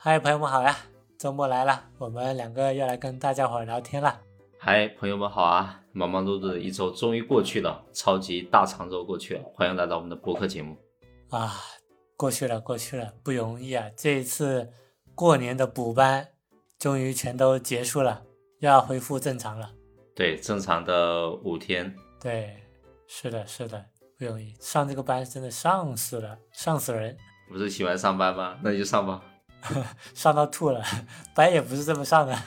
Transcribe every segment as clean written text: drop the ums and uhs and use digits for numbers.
嗨，朋友们好呀！周末来了，我们两个又来跟大家伙聊天了。 嗨，朋友们好啊！忙忙碌碌的一周终于过去了，超级大长周过去了，欢迎来到我们的播客节目啊！过去了，不容易啊！这一次过年的补班终于全都结束了，又要恢复正常了。 对，正常的5天。 对，是的，不容易。上这个班真的上死了，上死人。 不是喜欢上班吗？那你就上吧。 上到吐了，班也不是这么上的。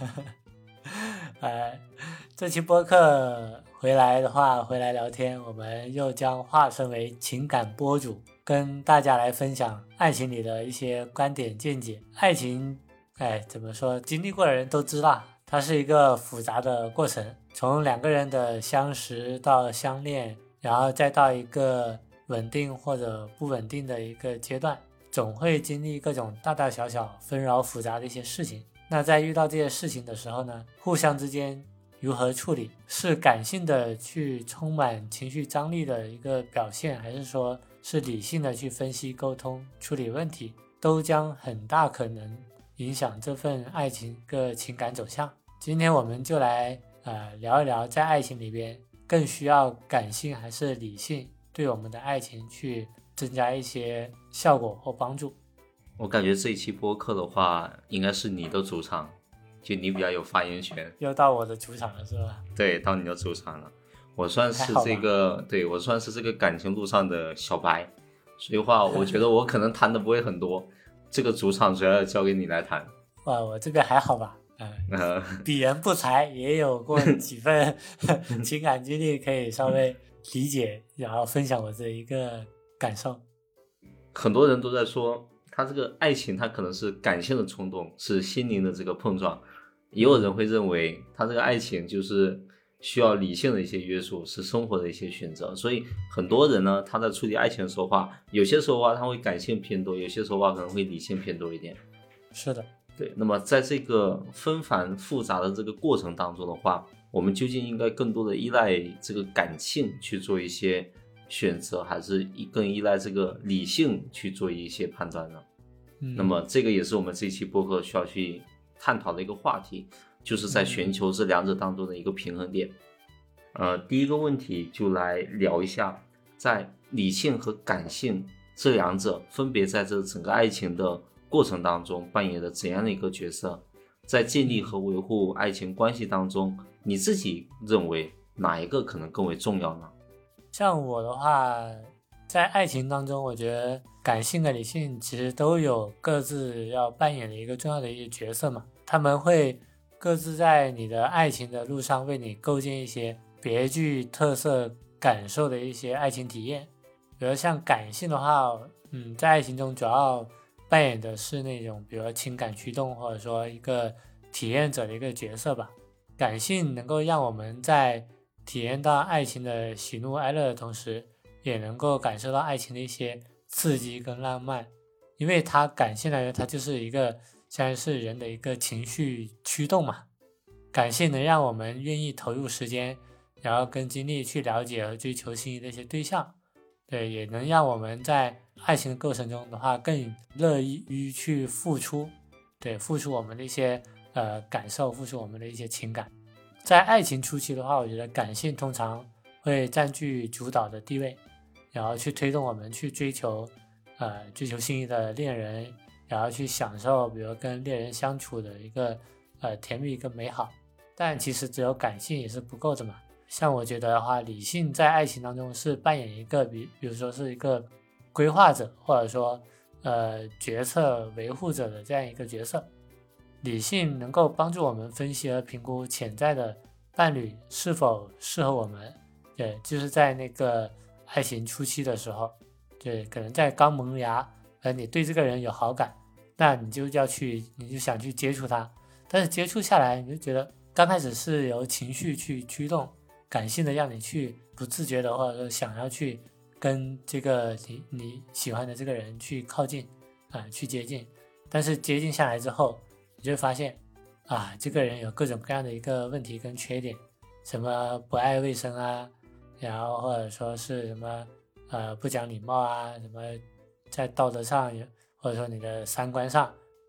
这期播客回来的话，回来聊天，我们又将化身为情感播主，跟大家来分享爱情里的一些观点见解。爱情，怎么说？经历过的人都知道，它是一个复杂的过程，从两个人的相识到相恋，然后再到一个稳定或者不稳定的一个阶段。总会经历各种大大小小纷扰复杂的一些事情。那在遇到这些事情的时候呢，互相之间如何处理？是感性的去充满情绪张力的一个表现，还是说是理性的去分析沟通处理问题，都将很大可能影响这份爱情的情感走向。今天我们就来聊一聊，在爱情里边更需要感性还是理性对我们的爱情去增加一些效果或帮助。 我感觉这一期播客的话，应该是你的主场，就你比较有发言权。 又到我的主场了，是吧？ 对，到你的主场了。我算是我算是这个感情路上的小白，所以话，我觉得我可能谈的不会很多。这个主场主要交给你来谈。 哇，我这边还好吧？鄙人不才，也有过几份情感经历，可以稍微理解，然后分享我这一个感受。 很多人都在说，他这个爱情，他可能是感性的冲动，是心灵的这个碰撞。也有人会认为，他这个爱情就是需要理性的一些约束，是生活的一些选择。所以很多人呢，他在处理爱情的时候话，有些时候话他会感性偏多，有些时候话可能会理性偏多一点。 是的， 对。那么在这个纷繁复杂的这个过程当中的话，我们究竟应该更多的依赖这个感性去做一些选择，还是更依赖这个理性去做一些判断呢？那么这个也是我们这一期播客需要去探讨的一个话题，就是在寻求这两者当中的一个平衡点。第一个问题就来聊一下，在理性和感性这两者分别在这整个爱情的过程当中扮演了怎样的一个角色，在建立和维护爱情关系当中，你自己认为哪一个可能更为重要呢？ 像我的话，在爱情当中，我觉得感性和理性其实都有各自要扮演的一个重要的一个角色嘛。他们会各自在你的爱情的路上为你构建一些别具特色感受的一些爱情体验。比如像感性的话，在爱情中主要扮演的是那种比如情感驱动，或者说一个体验者的一个角色吧。感性能够让我们在体验到爱情的喜怒哀乐的同时，也能够感受到爱情的一些刺激跟浪漫。因为它感性来说，它就是一个相当于是人的一个情绪驱动嘛。感性能让我们愿意投入时间，然后跟精力去了解和追求心仪的一些对象。对，也能让我们在爱情的过程中的话，更乐于去付出。对，付出我们的一些感受，付出我们的一些情感。在爱情初期的话，我觉得感性通常会占据主导的地位，然后去推动我们去追求心仪的恋人，然后去享受比如跟恋人相处的一个甜蜜跟美好。但其实只有感性也是不够的嘛。像我觉得的话，理性在爱情当中是扮演一个比如说是一个规划者，或者说决策维护者的这样一个角色。理性能够帮助我们分析和评估潜在的伴侣是否适合我们。对，就是在那个爱情初期的时候，对，可能在刚萌芽，你对这个人有好感，那你就想去接触他，但是接触下来，你就觉得刚开始是由情绪去驱动，感性的让你去不自觉的或者说想要去跟这个你喜欢的这个人去靠近去接近，但是接近下来之后，你就会发现这个人有各种各样的一个问题跟缺点，什么不爱卫生啊，然后或者说是什么不讲礼貌啊，什么在道德上或者说你的三观上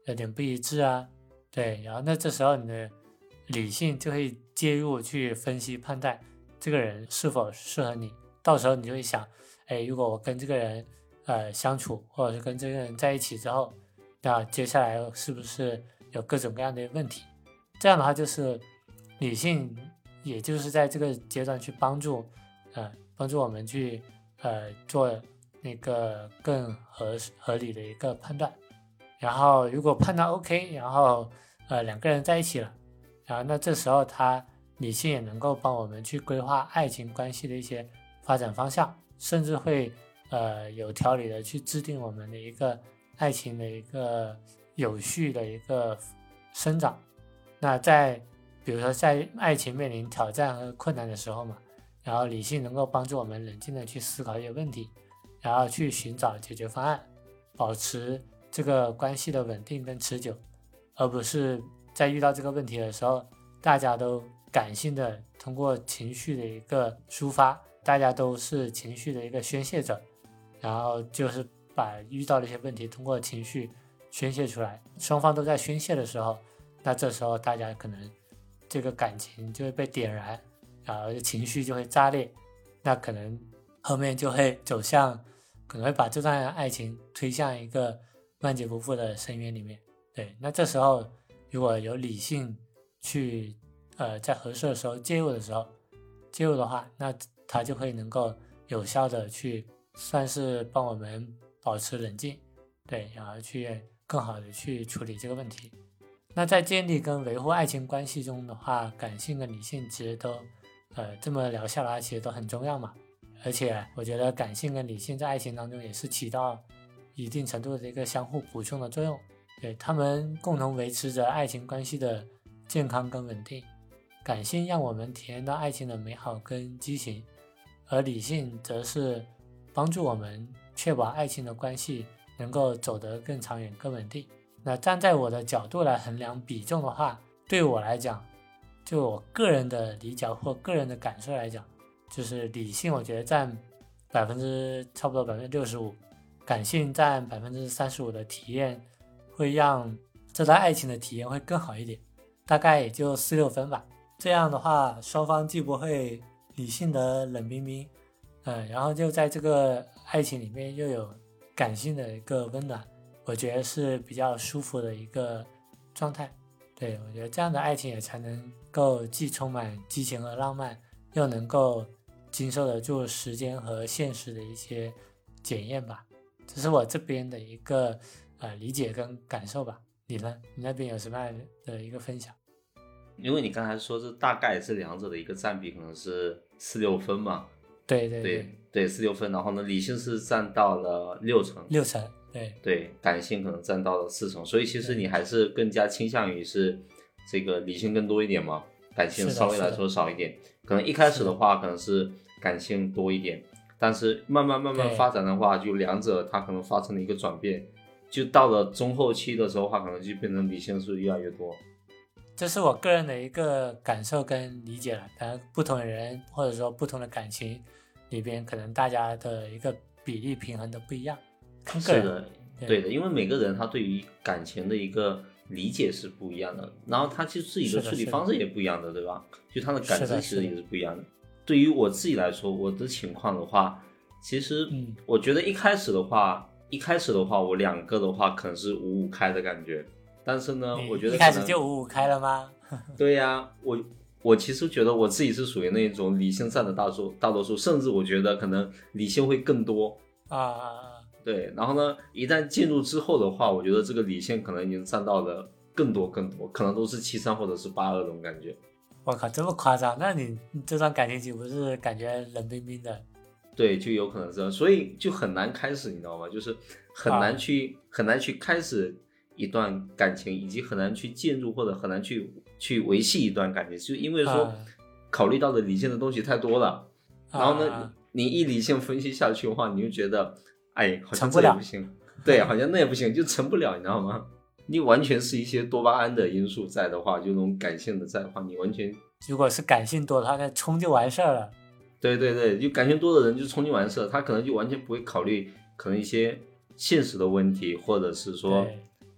有点不一致啊，对，然后那这时候你的理性就会介入去分析判断这个人是否适合你，到时候你就会想，哎，如果我跟这个人相处，或者是跟这个人在一起之后，那接下来是不是有各种各样的问题？这样的话就是理性，也就是在这个阶段去帮助我们去做那个更合理的一个判断。然后如果判断 OK， 然后两个人在一起了，然后那这时候理性也能够帮我们去规划爱情关系的一些发展方向，甚至会有条理的去制定我们的一个爱情的一个有序的一个生长。那比如说在爱情面临挑战和困难的时候嘛，然后理性能够帮助我们冷静的去思考一些问题，然后去寻找解决方案，保持这个关系的稳定跟持久，而不是在遇到这个问题的时候，大家都感性的通过情绪的一个抒发，大家都是情绪的一个宣泄者，然后就是把遇到的一些问题通过情绪宣泄出来，双方都在宣泄的时候，那这时候大家可能这个感情就会被点燃，然后情绪就会炸裂，那可能后面就会走向，可能会把这段爱情推向一个万劫不复的深渊里面。对，那这时候如果有理性去在合适的时候介入的话，那它就会能够有效的去算是帮我们保持冷静，对，然后去更好的去处理这个问题。那在建立跟维护爱情关系中的话，感性跟理性其实都这么聊下来其实都很重要嘛。而且我觉得感性跟理性在爱情当中也是起到一定程度的一个相互补充的作用，对，他们共同维持着爱情关系的健康跟稳定。感性让我们体验到爱情的美好跟激情，而理性则是帮助我们确保爱情的关系能够走得更长远更稳定。那站在我的角度来衡量比重的话，对我来讲，就我个人的理解或个人的感受来讲，就是理性我觉得占差不多65%，感性占35%的体验，会让这段爱情的体验会更好一点，大概也就4-6分吧。这样的话，双方既不会理性的冷冰冰，然后就在这个爱情里面又有感性的一个温暖，我觉得是比较舒服的一个状态。对，我觉得这样的爱情也才能够既充满激情和浪漫，又能够经受得住时间和现实的一些检验吧。这是我这边的一个理解跟感受吧。你呢？你那边有什么样的一个分享？ 因为你刚才说这大概是两者的一个占比可能是4-6分嘛。 对 4-6分，然后呢，理性是占到了6成，对，感性可能占到了4成，所以其实你还是更加倾向于是这个理性更多一点嘛，感性稍微来说少一点。可能一开始的话可能是感性多一点，但是慢慢发展的话，就两者它可能发生了一个转变，就到了中后期的时候的话，可能就变成理性是越来越多。 这是我个人的一个感受跟理解了，可能不同的人或者说不同的感情里边，可能大家的一个比例平衡都不一样。 是的，对的，因为每个人他对于感情的一个理解是不一样的，然后他其实自己的处理方式也不一样的，对吧？就他的感知其实也是不一样的。对于我自己来说，我的情况的话，其实我觉得一开始的话我两个的话可能是5-5开的感觉，但是呢，我觉得一开始就5-5开了吗？ 对呀，我其实觉得我自己是属于那种理性占的大多数，甚至我觉得可能理性会更多对，然后呢，一旦进入之后的话，我觉得这个理性可能已经占到了更多，可能都是7-3或者是8-2这种感觉。 我靠，这么夸张？那你这段感情岂不是感觉冷冰冰的？ 对，就有可能是，所以就很难开始，你知道吗？就是很难去开始一段感情，以及很难去进入或者很难去维系一段感情，就因为说考虑到的理性的东西太多了，然后呢，你一理性分析下去的话，你就觉得，哎，好像这也不行，对，好像那也不行，就成不了，你知道吗？你完全是一些多巴胺的因素在的话，就那种感性的在的话，你完全如果是感性多的话，那冲就完事儿了。 对，就感性多的人就冲就完事了，他可能就完全不会考虑可能一些现实的问题，或者是说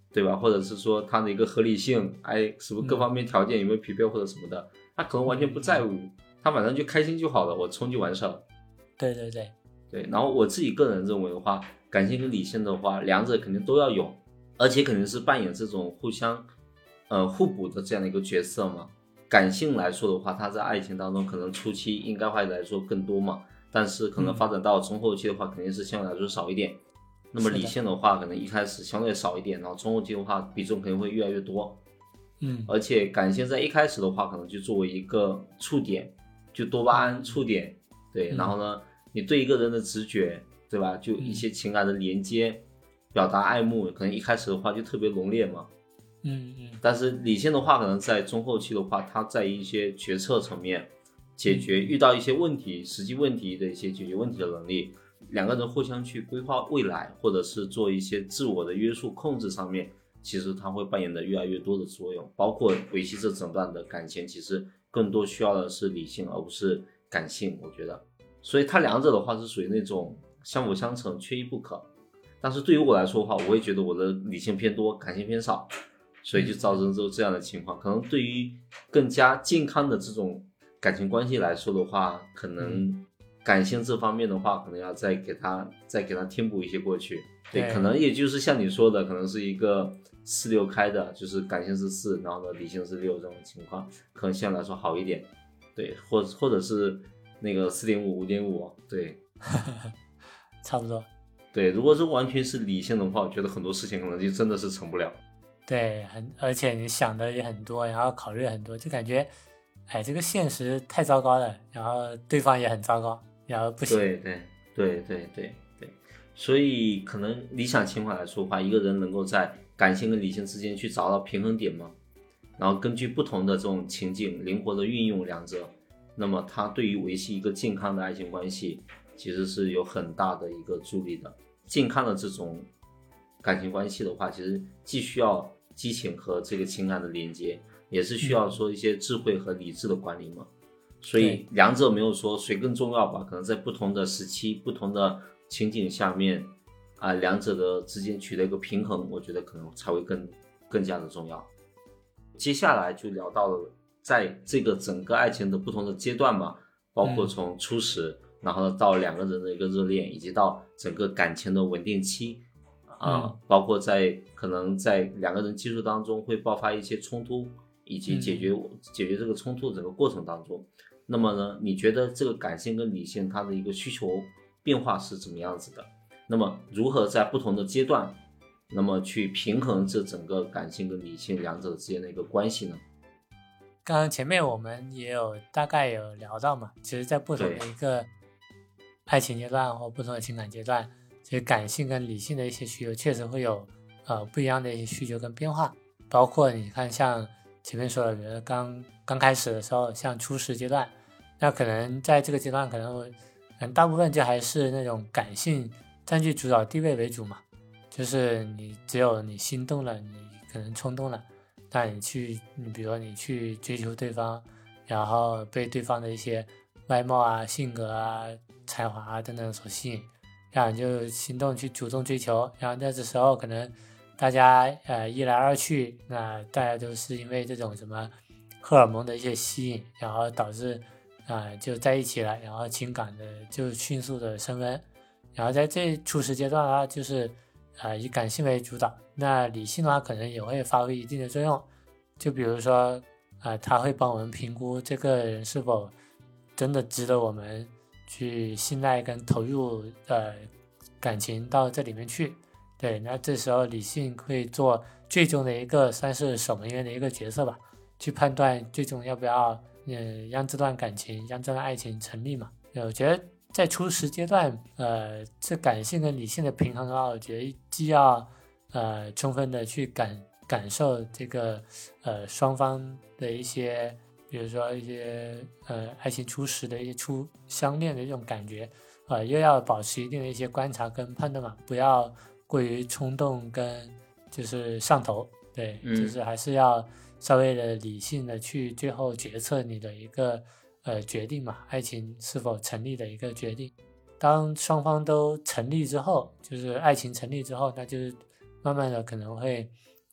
对吧？或者是说它的一个合理性，是不是各方面条件有没有匹配或者什么的，他可能完全不在乎，他反正就开心就好了，我冲就完事了。 对对对对，然后我自己个人认为的话，感性跟理性的话，两者肯定都要有，而且肯定是扮演这种互相互补的这样的一个角色嘛。感性来说的话，它在爱情当中可能初期应该会来说更多嘛，但是可能发展到中后期的话，肯定是相对来说少一点。那么理性的话，可能一开始相对少一点，然后中后期的话，比重肯定会越来越多。而且感性在一开始的话，可能就作为一个触点，就多巴胺触点，对，然后呢，你对一个人的直觉，对吧？就一些情感的连接，表达爱慕，可能一开始的话就特别浓烈嘛。但是理性的话，可能在中后期的话，它在一些决策层面，解决遇到一些问题、实际问题的一些解决问题的能力，两个人互相去规划未来，或者是做一些自我的约束控制上面，其实它会扮演的越来越多的作用。包括维系这整段的感情，其实更多需要的是理性，而不是感性，我觉得。所以它两者的话是属于那种相辅相成，缺一不可。但是对于我来说的话，我会觉得我的理性偏多，感性偏少，所以就造成这样的情况。可能对于更加健康的这种感情关系来说的话，可能感性这方面的话，可能要再给他填补一些过去。对，可能也就是像你说的，可能是一个4-6开的，就是感性是4，然后呢理性是6这种情况，可能相对来说好一点。对，或者是那个4.5、5.5，对， 差不多。 对，如果是完全是理性的话，我觉得很多事情可能就真的是成不了。 对，而且你想的也很多，然后考虑很多，就感觉，这个现实太糟糕了，然后对方也很糟糕，然后不行。 对，所以可能理想情况来说的话，一个人能够在感性跟理性之间去找到平衡点嘛，然后根据不同的这种情景，灵活的运用两者，那么它对于维系一个健康的爱情关系，其实是有很大的一个助力的。健康的这种感情关系的话，其实既需要激情和这个情感的连接，也是需要说一些智慧和理智的管理嘛。所以两者没有说谁更重要吧，可能在不同的时期、不同的情景下面两者的之间取得一个平衡，我觉得可能才会更加的重要。接下来就聊到了在这个整个爱情的不同的阶段嘛，包括从初始，然后到两个人的一个热恋，以及到整个感情的稳定期包括可能在两个人接触当中会爆发一些冲突，以及解决这个冲突的整个过程当中，那么呢，你觉得这个感性跟理性它的一个需求变化是怎么样子的？那么如何在不同的阶段，那么去平衡这整个感性跟理性两者之间的一个关系呢？ 刚刚前面我们也大概有聊到嘛，其实在不同的一个爱情阶段或不同的情感阶段，其实感性跟理性的一些需求确实会有不一样的一些需求跟变化。包括你看像前面说的，比如刚开始的时候，像初始阶段，那可能在这个阶段可能大部分就还是那种感性占据主导地位为主嘛，就是只有你心动了，你可能冲动了，那比如说你去追求对方，然后被对方的一些外貌啊、性格啊、才华啊等等所吸引，然后你就心动去主动追求，然后在这时候可能大家一来二去，那大家都是因为这种什么荷尔蒙的一些吸引，然后导致就在一起了，然后情感的就迅速的升温。然后在这初始阶段的话，就是以感性为主导，那理性的话可能也会发挥一定的作用，就比如说他会帮我们评估这个人是否真的值得我们去信赖跟投入感情到这里面去。对，那这时候理性会做最终的一个算是守门员的一个角色吧，去判断最终要不要让这段感情让这段爱情成立嘛。我觉得在初始阶段这感性跟理性的平衡的话，我觉得既要充分的去感受这个双方的一些，比如说一些爱情初始的一些初相恋的这种感觉又要保持一定的一些观察跟判断嘛，不要过于冲动跟就是上头。对，就是还是要稍微的理性的去最后决策你的一个决定嘛，爱情是否成立的一个决定。当双方都成立之后，就是爱情成立之后，那就是慢慢的可能会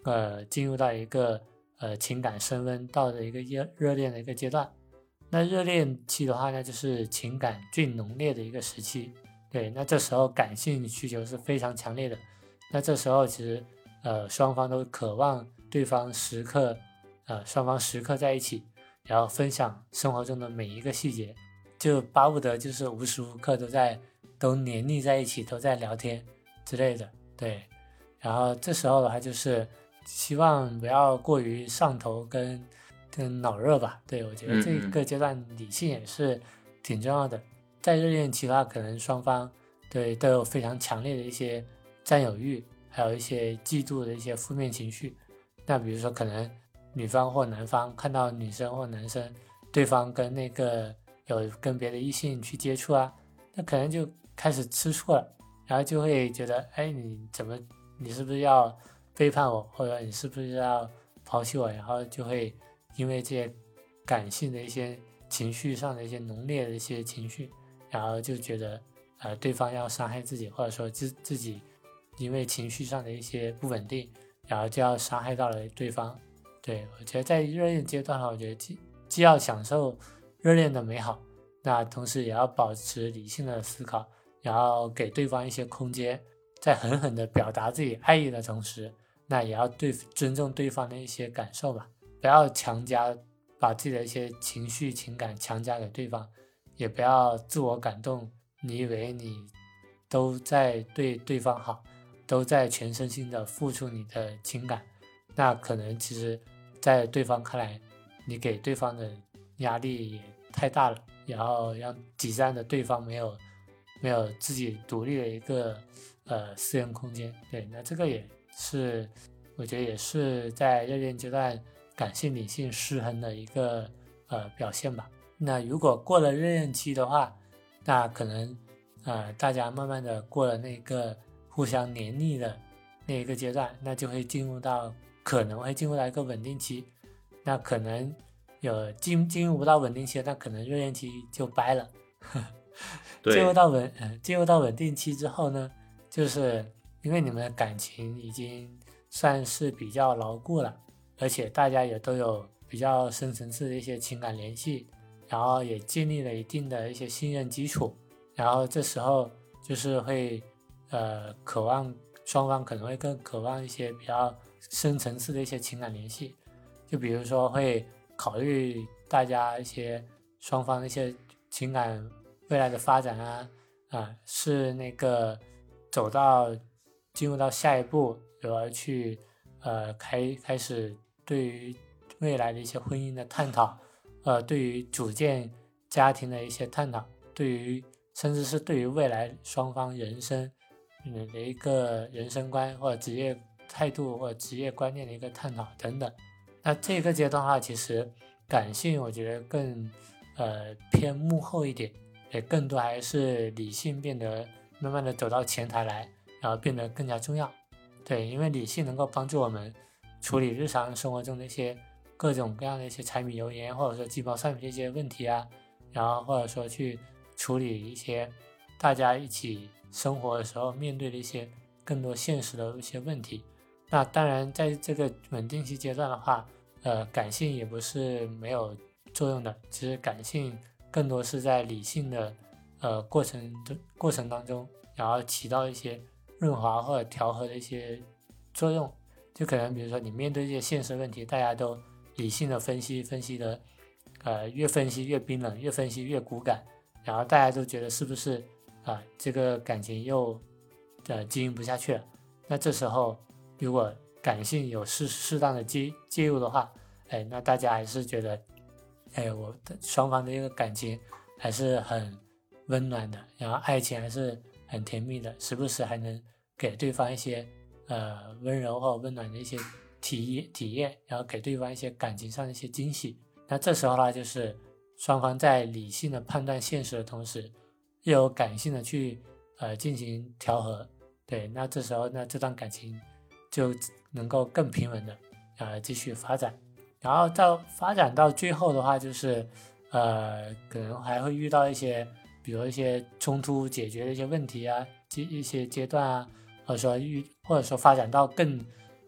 进入到一个情感升温到的一个热恋的一个阶段。那热恋期的话呢，就是情感最浓烈的一个时期。对，那这时候感性需求是非常强烈的。那这时候其实双方都渴望对方双方时刻在一起，然后分享生活中的每一个细节，就巴不得就是无时无刻都黏腻在一起，都在聊天之类的。对，然后这时候的话就是希望不要过于上头跟脑热吧。对，我觉得这个阶段理性也是挺重要的。在热恋期的话，可能双方都有非常强烈的一些占有欲，还有一些嫉妒的一些负面情绪。那比如说可能女方或男方看到女生或男生对方跟跟别的异性去接触啊，那可能就开始吃醋了，然后就会觉得，哎，你是不是要背叛我，或者你是不是要抛弃我？然后就会因为这些感性的一些情绪上的一些浓烈的一些情绪，然后就觉得对方要伤害自己，或者说自己因为情绪上的一些不稳定，然后就要伤害到了对方。对，我觉得在热恋阶段我觉得既要享受热恋的美好，那同时也要保持理性的思考，然后给对方一些空间，在狠狠的表达自己爱意的同时，那也要尊重对方的一些感受吧，不要把自己的一些情绪情感强加给对方，也不要自我感动，你以为你都在对对方好，都在全身心的付出你的情感，那可能其实在对方看来，你给对方的压力也太大了，然后让挤占的对方没有自己独立的一个私人空间。对，那这个也是我觉得也是在热恋阶段感性理性失衡的一个表现吧。那如果过了热恋期的话，那可能大家慢慢的过了那个互相黏腻的那一个阶段，那就会可能会进入到一个稳定期。那可能进入不到稳定期，那可能热恋期就掰了。进入到稳定期之后呢，就是因为你们的感情已经算是比较牢固了，而且大家也都有比较深层次的一些情感联系，然后也建立了一定的一些信任基础，然后这时候就是会渴望双方可能会更渴望一些比较深层次的一些情感联系，就比如说会考虑大家一些双方的一些情感未来的发展是那个进入到下一步，由而去开始对于未来的一些婚姻的探讨，对于组建家庭的一些探讨，甚至是对于未来双方人生的一个人生观或者职业态度或者职业观念的一个探讨等等。那这个阶段的话，其实感性我觉得更偏幕后一点，也更多还是理性变得慢慢的走到前台来，然后变得更加重要。对，因为理性能够帮助我们处理日常生活中的一些各种各样的一些柴米油盐，或者说鸡毛蒜皮的一些问题啊，然后或者说去处理一些大家一起生活的时候面对的一些更多现实的一些问题。那当然在这个稳定期阶段的话，感性也不是没有作用的，其实感性更多是在理性的过程当中，然后起到一些润滑或者调和的一些作用。就可能比如说你面对一些现实问题，大家都理性的分析的越分析越冰冷，越分析越骨感，然后大家都觉得是不是这个感情又经营不下去了。那这时候如果感性有适当的介入的话，那大家还是觉得我的双方的一个感情还是很温暖的，然后爱情还是很甜蜜的，时不时还能给对方一些温柔或温暖的一些体验，然后给对方一些感情上的一些惊喜。那这时候呢，就是双方在理性的判断现实的同时，又有感性的去进行调和。对，那这时候那这段感情就能够更平稳的继续发展。然后发展到最后的话，就是可能还会遇到一些比如一些冲突解决的一些问题啊，一些阶段啊，或者说发展到更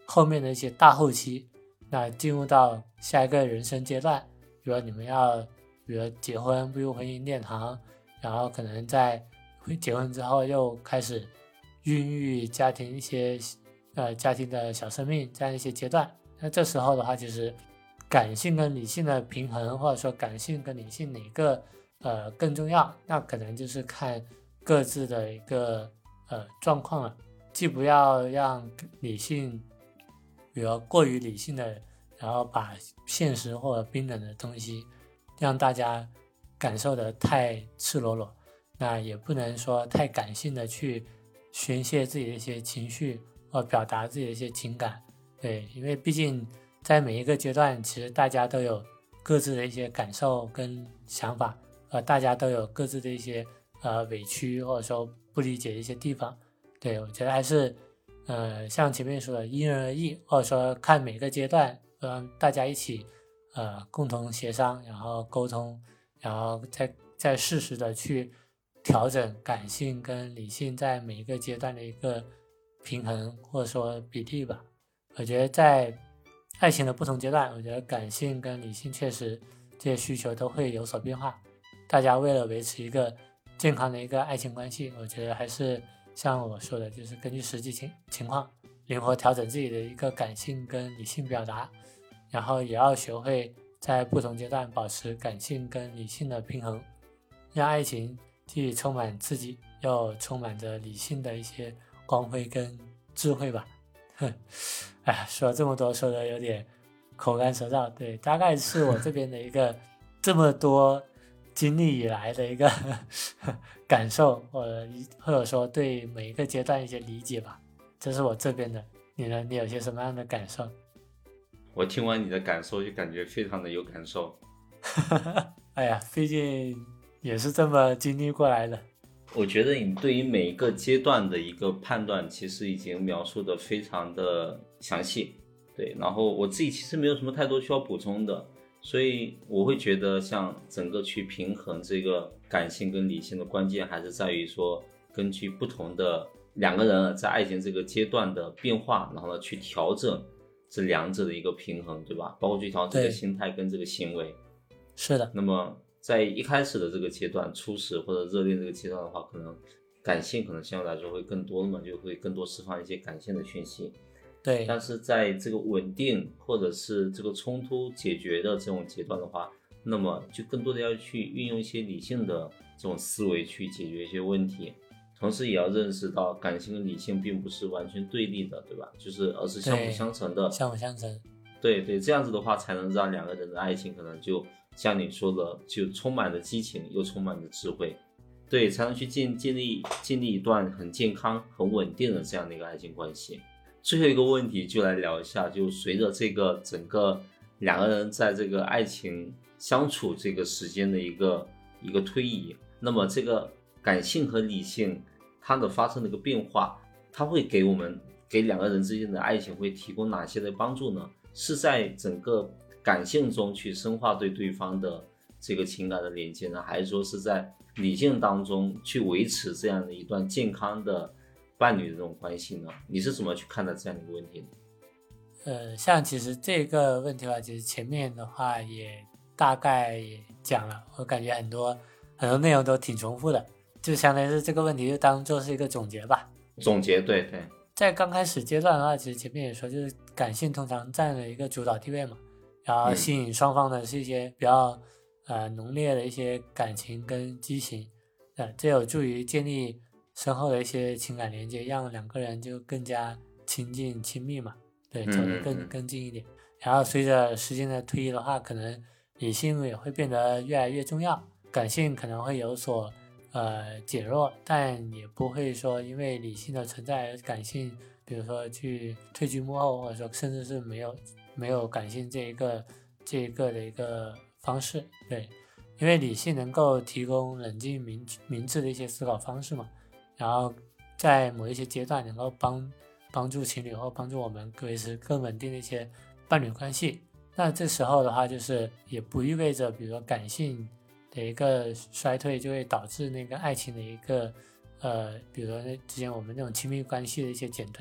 后面的一些大后期，那进入到下一个人生阶段，比如你们要比如结婚步入婚姻殿堂，然后可能在结婚之后又开始孕育家庭一些家庭的小生命这样一些阶段。那这时候的话，其实感性跟理性的平衡，或者说感性跟理性哪个更重要，那可能就是看各自的一个状况了。既不要让理性比如过于理性的，然后把现实或者冰冷的东西让大家感受的太赤裸裸，那也不能说太感性的去宣泄自己的一些情绪或表达自己的一些情感。对，因为毕竟在每一个阶段，其实大家都有各自的一些感受跟想法，大家都有各自的一些委屈或者说不理解的一些地方。对，我觉得还是像前面说的因人而异，或者说看每个阶段让大家一起共同协商，然后沟通，然后再适时的去调整感性跟理性在每一个阶段的一个平衡或者说比例吧。我觉得在爱情的不同阶段，我觉得感性跟理性确实这些需求都会有所变化。大家为了维持一个健康的一个爱情关系，我觉得还是像我说的，就是根据实际情况灵活调整自己的一个感性跟理性表达，然后也要学会在不同阶段保持感性跟理性的平衡，让爱情既充满刺激又充满着理性的一些光辉跟智慧吧。哎，说了这么多，说的有点口干舌燥。对，大概是我这边的一个这么多经历以来的一个感受，或者说对每一个阶段一些理解吧。这是我这边的，你呢？你有些什么样的感受？ 我听完你的感受就感觉非常的有感受。 哎呀，毕竟也是这么经历过来的。 我觉得你对于每一个阶段的一个判断，其实已经描述的非常的详细。对，然后我自己其实没有什么太多需要补充的，所以我会觉得像整个去平衡这个感性跟理性的关键，还是在于说根据不同的两个人在爱情这个阶段的变化，然后呢去调整这两者的一个平衡，对吧？包括去调整这个心态跟这个行为。 是的。 那么在一开始的这个阶段，初始或者热恋这个阶段的话，可能感性可能相对来说会更多嘛，就会更多释放一些感性的讯息。 对， 但是在这个稳定或者是这个冲突解决的这种阶段的话，那么就更多的要去运用一些理性的这种思维去解决一些问题，同时也要认识到感性跟理性并不是完全对立的，对吧？而是相辅相成的。 相辅相成。 对对，这样子的话才能让两个人的爱情可能就像你说的，就充满了激情又充满了智慧，对，才能去建立一段很健康很稳定的这样的一个爱情关系。最后一个问题就来聊一下，就随着这个整个两个人在这个爱情相处这个时间的一个推移，那么这个感性和理性它的发生的一个变化，它会给两个人之间的爱情会提供哪些的帮助呢？是在整个感性中去深化对对方的这个情感的连接呢，还是说是在理性当中去维持这样的一段健康的伴侣的这种关系呢？你是怎么去看待这样的一个问题呢？ 像其实这个问题的话，其实前面的话也大概也讲了，我感觉很多内容都挺重复的，就相当于是这个问题就当做是一个总结吧。 总结，对对。 在刚开始阶段的话，其实前面也说，就是感性通常占了一个主导地位嘛，然后吸引双方的是一些比较浓烈的一些感情跟激情，这有助于建立深厚的一些情感连接，让两个人就更加亲密嘛，对，走得更近一点。然后随着时间的推移的话，可能理性也会变得越来越重要，感性可能会有所减弱，但也不会说因为理性的存在而感性比如说去退居幕后，或者说甚至是没有感性这一个的一个方式。对，因为理性能够提供冷静明智的一些思考方式嘛，然后在某一些阶段能够帮助情侣或帮助我们维持更稳定的一些伴侣关系。那这时候的话，就是也不意味着比如说感性的一个衰退就会导致那个爱情的一个比如说之前我们那种亲密关系的一些减退，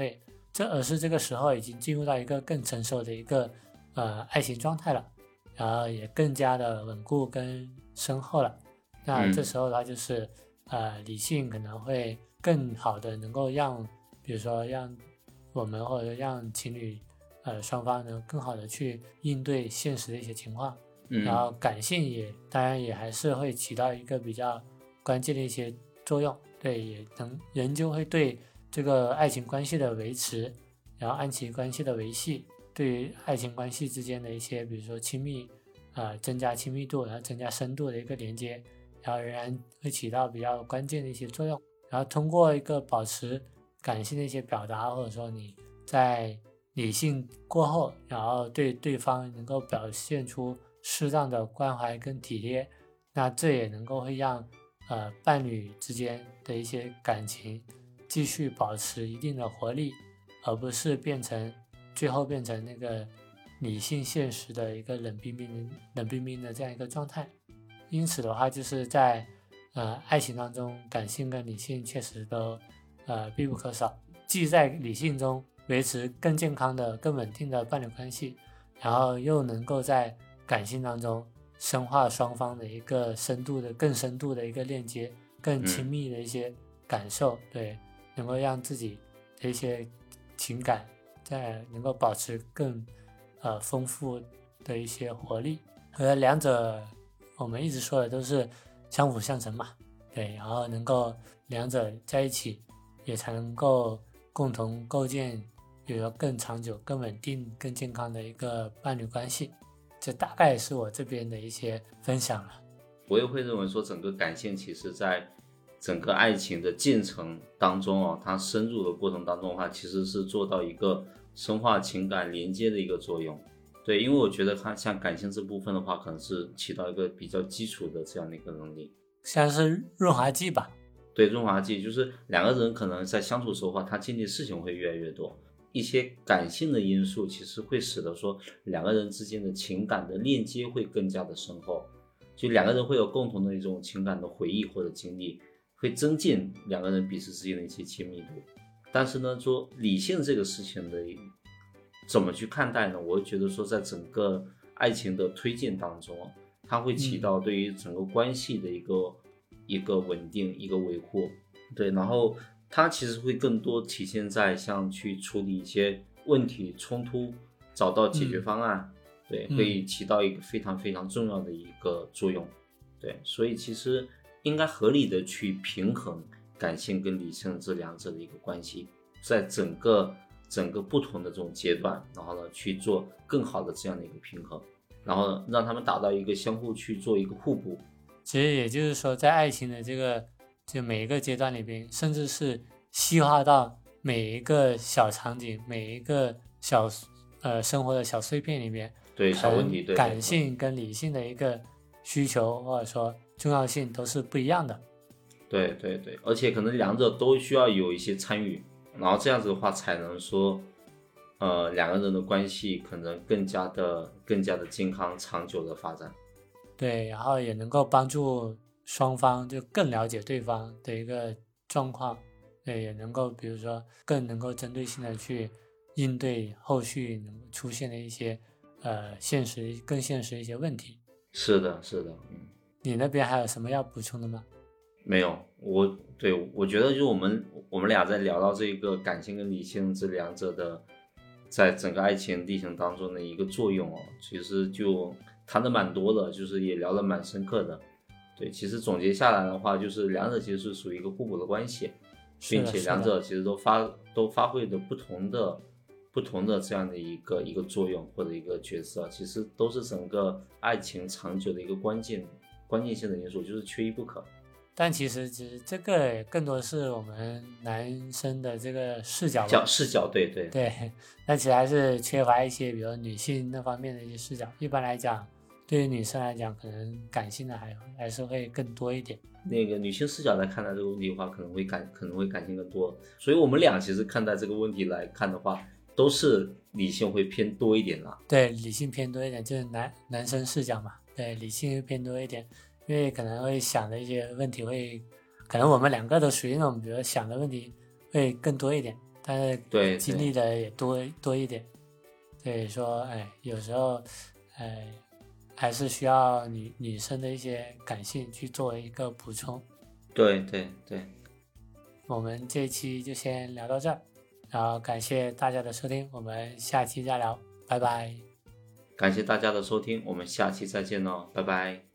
而是这个时候已经进入到一个更成熟的一个爱情状态了，然后也更加的稳固跟深厚了。那这时候的话就是理性可能会更好的能够让，比如说让我们或者让情侣双方能更好的去应对现实的一些情况。然后感性也当然也还是会起到一个比较关键的一些作用，对，也人就会对这个爱情关系的维持，然后爱情关系的维系，对于爱情关系之间的一些比如说亲密增加亲密度，然后增加深度的一个连接，然后仍然会起到比较关键的一些作用。然后通过一个保持感性的一些表达，或者说你在理性过后，然后对对方能够表现出适当的关怀跟体贴，那这也能够会让伴侣之间的一些感情继续保持一定的活力，而不是最后变成那个理性现实的一个冷冰冰的这样一个状态。因此的话，就是在爱情当中，感性跟理性确实都必不可少，既在理性中维持更健康的更稳定的伴侣关系，然后又能够在感性当中深化双方的一个更深度的一个链接，更亲密的一些感受，对，能够让自己的一些情感能够保持更丰富的一些活力。和两者我们一直说的都是相辅相成嘛，对，然后能够两者在一起，也才能够共同构建比如说更长久更稳定更健康的一个伴侣关系。这大概是我这边的一些分享了。 我也会认为说，整个感性其实在整个爱情的进程当中它深入的过程当中的话，其实是做到一个深化情感连接的一个作用。对，因为我觉得它像感性这部分的话，可能是起到一个比较基础的这样的一个能力， 像是润滑剂吧。 对，润滑剂就是两个人可能在相处的时候他经历的事情会越来越多，一些感性的因素其实会使得说两个人之间的情感的链接会更加的深厚，就两个人会有共同的一种情感的回忆或者经历，会增进两个人彼此之间的一些亲密度。但是呢，说理性这个事情的怎么去看待呢？我觉得说在整个爱情的推进当中，它会起到对于整个关系的一个稳定一个维护。对，然后它其实会更多体现在像去处理一些问题冲突，找到解决方案，对，会起到一个非常非常重要的一个作用。对，所以其实应该合理的去平衡感性跟理性这两者的一个关系，在整个不同的这种阶段，然后呢去做更好的这样的一个平衡，然后呢让他们达到一个相互去做一个互补。 其实也就是说，在爱情的就每一个阶段里边，甚至是细化到每一个小场景，每一个小生活的小碎片里面， 对，小问题，对， 感性跟理性的一个需求或者说重要性都是不一样的。 对对对，而且可能两者都需要有一些参与，然后这样子的话才能说两个人的关系可能更加的健康长久的发展。 对，然后也能够帮助双方就更了解对方的一个状况，对，也能够比如说更能够针对性的去应对后续能出现的一些更现实的一些问题。 是的，是的， 你那边还有什么要补充的吗？ 没有，我觉得就我们俩在聊到这个感性跟理性这两者的在整个爱情历程当中的一个作用其实就谈的蛮多的，就是也聊得蛮深刻的。对，其实总结下来的话，就是两者其实是属于一个互补的关系，并且两者其实都发挥的不同的这样的一个作用或者一个角色，其实都是整个爱情长久的一个关键性的因素，就是缺一不可。 但其实这个更多是我们男生的这个视角， 对对对，但其实还是缺乏一些比如女性那方面的一些视角。一般来讲，对于女生来讲，可能感性的还是会更多一点。 那个女性视角来看待这个问题的话，可能会感性更多。所以我们俩其实看待这个问题来看的话，都是理性会偏多一点啦。 对，理性偏多一点，就是男生视角嘛。对，理性会偏多一点。因为可能会想的一些问题可能我们两个都属于那种比如想的问题会更多一点， 但是对， 经历的也多一点，所以说，有时候，还是需要女生的一些感性去作为一个补充。 对， 我们这一期就先聊到这儿，然后感谢大家的收听，我们下期再聊，拜拜。 感谢大家的收听，我们下期再见喽，拜拜。